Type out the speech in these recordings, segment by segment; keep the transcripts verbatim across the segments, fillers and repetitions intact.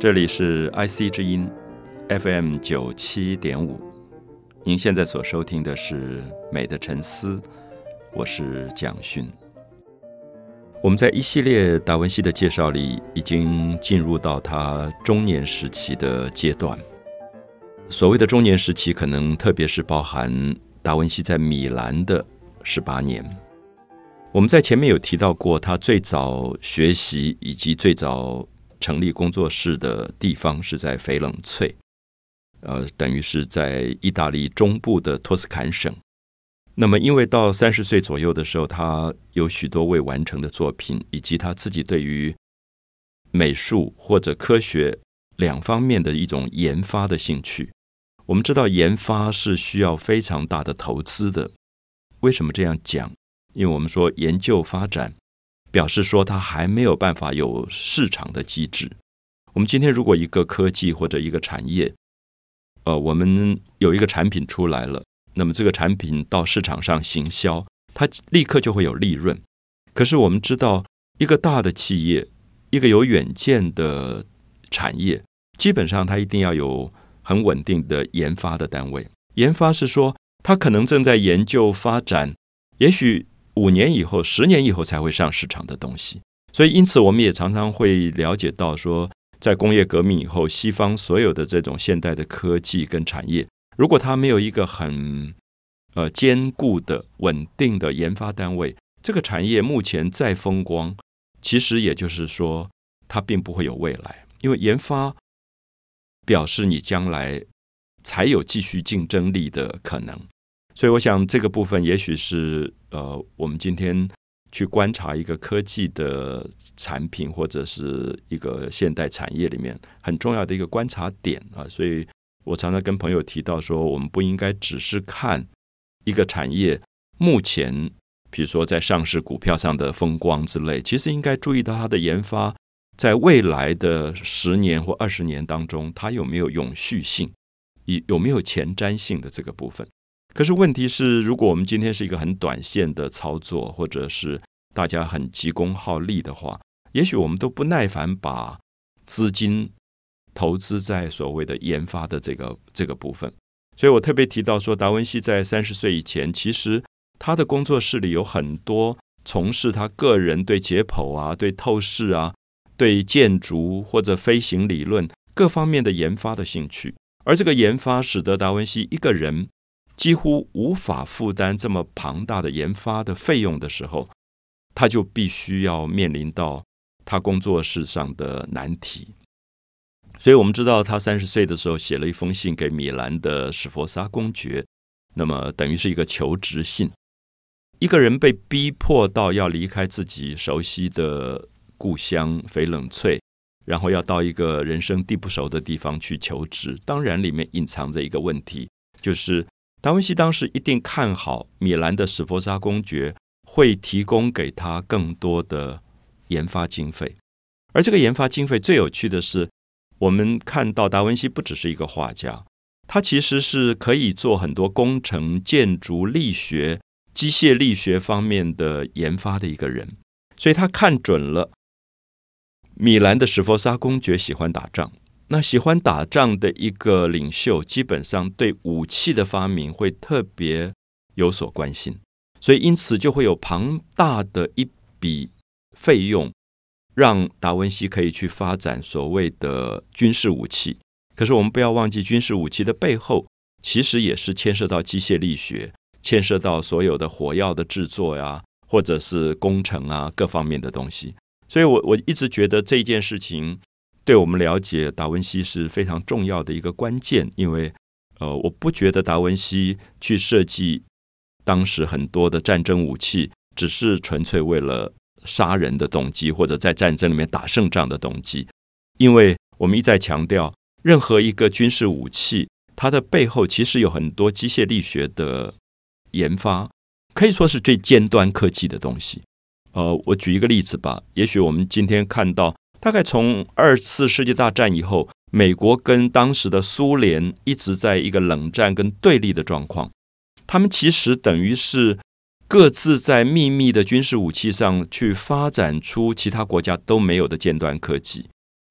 这里是 I C 之音 F M 九七点五，您现在所收听的是美的沉思，我是蒋勋。我们在一系列达文西的介绍里，已经进入到他中年时期的阶段。所谓的中年时期，可能特别是包含达文西在米兰的十八年。我们在前面有提到过，他最早学习以及最早成立工作室的地方是在翡冷翠，呃，等于是在意大利中部的托斯坎省。那么因为到三十岁左右的时候，他有许多未完成的作品，以及他自己对于美术或者科学两方面的一种研发的兴趣。我们知道研发是需要非常大的投资的。为什么这样讲？因为我们说研究发展表示说它还没有办法有市场的机制。我们今天如果一个科技或者一个产业，呃，我们有一个产品出来了，那么这个产品到市场上行销，它立刻就会有利润。可是我们知道，一个大的企业，一个有远见的产业，基本上它一定要有很稳定的研发的单位。研发是说，它可能正在研究发展，也许五年以后、十年以后才会上市场的东西。所以因此我们也常常会了解到说，在工业革命以后，西方所有的这种现代的科技跟产业，如果它没有一个很呃坚固的稳定的研发单位，这个产业目前再风光，其实也就是说它并不会有未来。因为研发表示你将来才有继续竞争力的可能。所以我想这个部分也许是呃，我们今天去观察一个科技的产品或者是一个现代产业里面很重要的一个观察点啊。所以我常常跟朋友提到说，我们不应该只是看一个产业目前比如说在上市股票上的风光之类，其实应该注意到它的研发在未来的十年或二十年当中，它有没有永续性，有没有前瞻性的这个部分。可是问题是，如果我们今天是一个很短线的操作，或者是大家很急功好利的话，也许我们都不耐烦把资金投资在所谓的研发的这个这个部分。所以我特别提到说，达文西在三十岁以前，其实他的工作室里有很多从事他个人对解剖啊、对透视啊、对建筑或者飞行理论各方面的研发的兴趣。而这个研发使得达文西一个人几乎无法负担这么庞大的研发的费用的时候，他就必须要面临到他工作室上的难题。所以我们知道他三十岁的时候写了一封信给米兰的史佛沙公爵，那么等于是一个求职信。一个人被逼迫到要离开自己熟悉的故乡翡冷翠，然后要到一个人生地不熟的地方去求职，当然里面隐藏着一个问题，就是达文西当时一定看好米兰的史佛沙公爵会提供给他更多的研发经费。而这个研发经费最有趣的是，我们看到达文西不只是一个画家，他其实是可以做很多工程、建筑、力学、机械力学方面的研发的一个人。所以他看准了米兰的史佛沙公爵喜欢打仗，那喜欢打仗的一个领袖基本上对武器的发明会特别有所关心，所以因此就会有庞大的一笔费用让达文西可以去发展所谓的军事武器。可是我们不要忘记，军事武器的背后其实也是牵涉到机械力学，牵涉到所有的火药的制作呀，或者是工程啊各方面的东西。所以我我一直觉得这件事情对我们了解达文西是非常重要的一个关键。因为呃，我不觉得达文西去设计当时很多的战争武器只是纯粹为了杀人的动机，或者在战争里面打胜仗的动机。因为我们一再强调，任何一个军事武器它的背后其实有很多机械力学的研发，可以说是最尖端科技的东西。呃，我举一个例子吧，也许我们今天看到大概从二次世界大战以后，美国跟当时的苏联一直在一个冷战跟对立的状况，他们其实等于是各自在秘密的军事武器上去发展出其他国家都没有的尖端科技。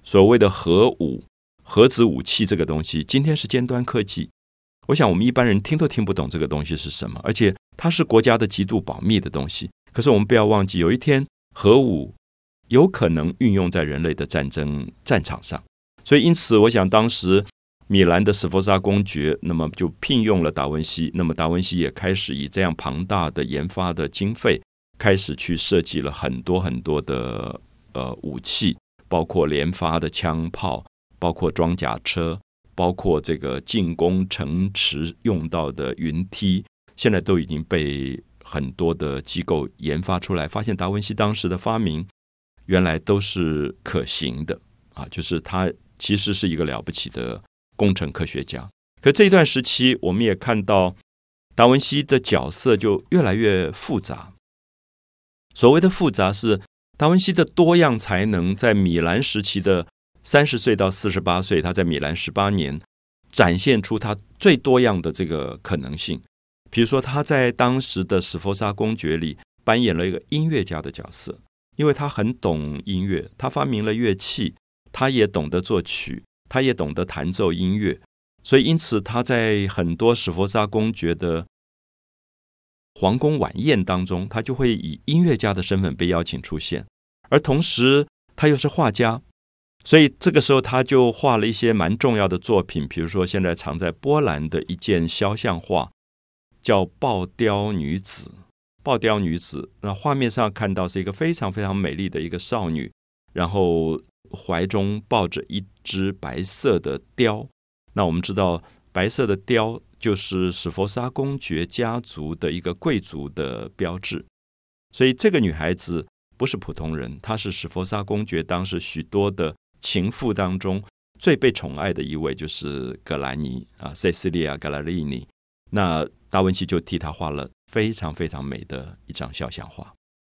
所谓的核武、核子武器这个东西，今天是尖端科技。我想我们一般人听都听不懂这个东西是什么，而且它是国家的极度保密的东西。可是我们不要忘记，有一天核武有可能运用在人类的战争战场上。所以因此我想当时米兰的史佛沙公爵那么就聘用了达文西，那么达文西也开始以这样庞大的研发的经费开始去设计了很多很多的呃武器，包括连发的枪炮，包括装甲车，包括这个进攻城池用到的云梯，现在都已经被很多的机构研发出来，发现达文西当时的发明原来都是可行的啊，就是他其实是一个了不起的工程科学家。可这一段时期我们也看到达文西的角色就越来越复杂。所谓的复杂是达文西的多样才能在米兰时期的三十岁到四十八岁，他在米兰十八年展现出他最多样的这个可能性。比如说他在当时的史佛沙公爵里扮演了一个音乐家的角色，因为他很懂音乐，他发明了乐器，他也懂得作曲，他也懂得弹奏音乐，所以因此他在很多史佛沙公爵的皇宫晚宴当中，他就会以音乐家的身份被邀请出现。而同时他又是画家，所以这个时候他就画了一些蛮重要的作品，比如说现在藏在波兰的一件肖像画叫爆雕女子。爆雕女子，那画面上看到是一个非常非常美丽的一个少女，然后怀中抱着一只白色的雕。那我们知道白色的雕就是史佛沙公爵家族的一个贵族的标志，所以这个女孩子不是普通人，她是史佛沙公爵当时许多的情妇当中最被宠爱的一位，就是格兰尼啊 Cecilia Gallerini。那达文西就替她画了非常非常美的一张肖像画。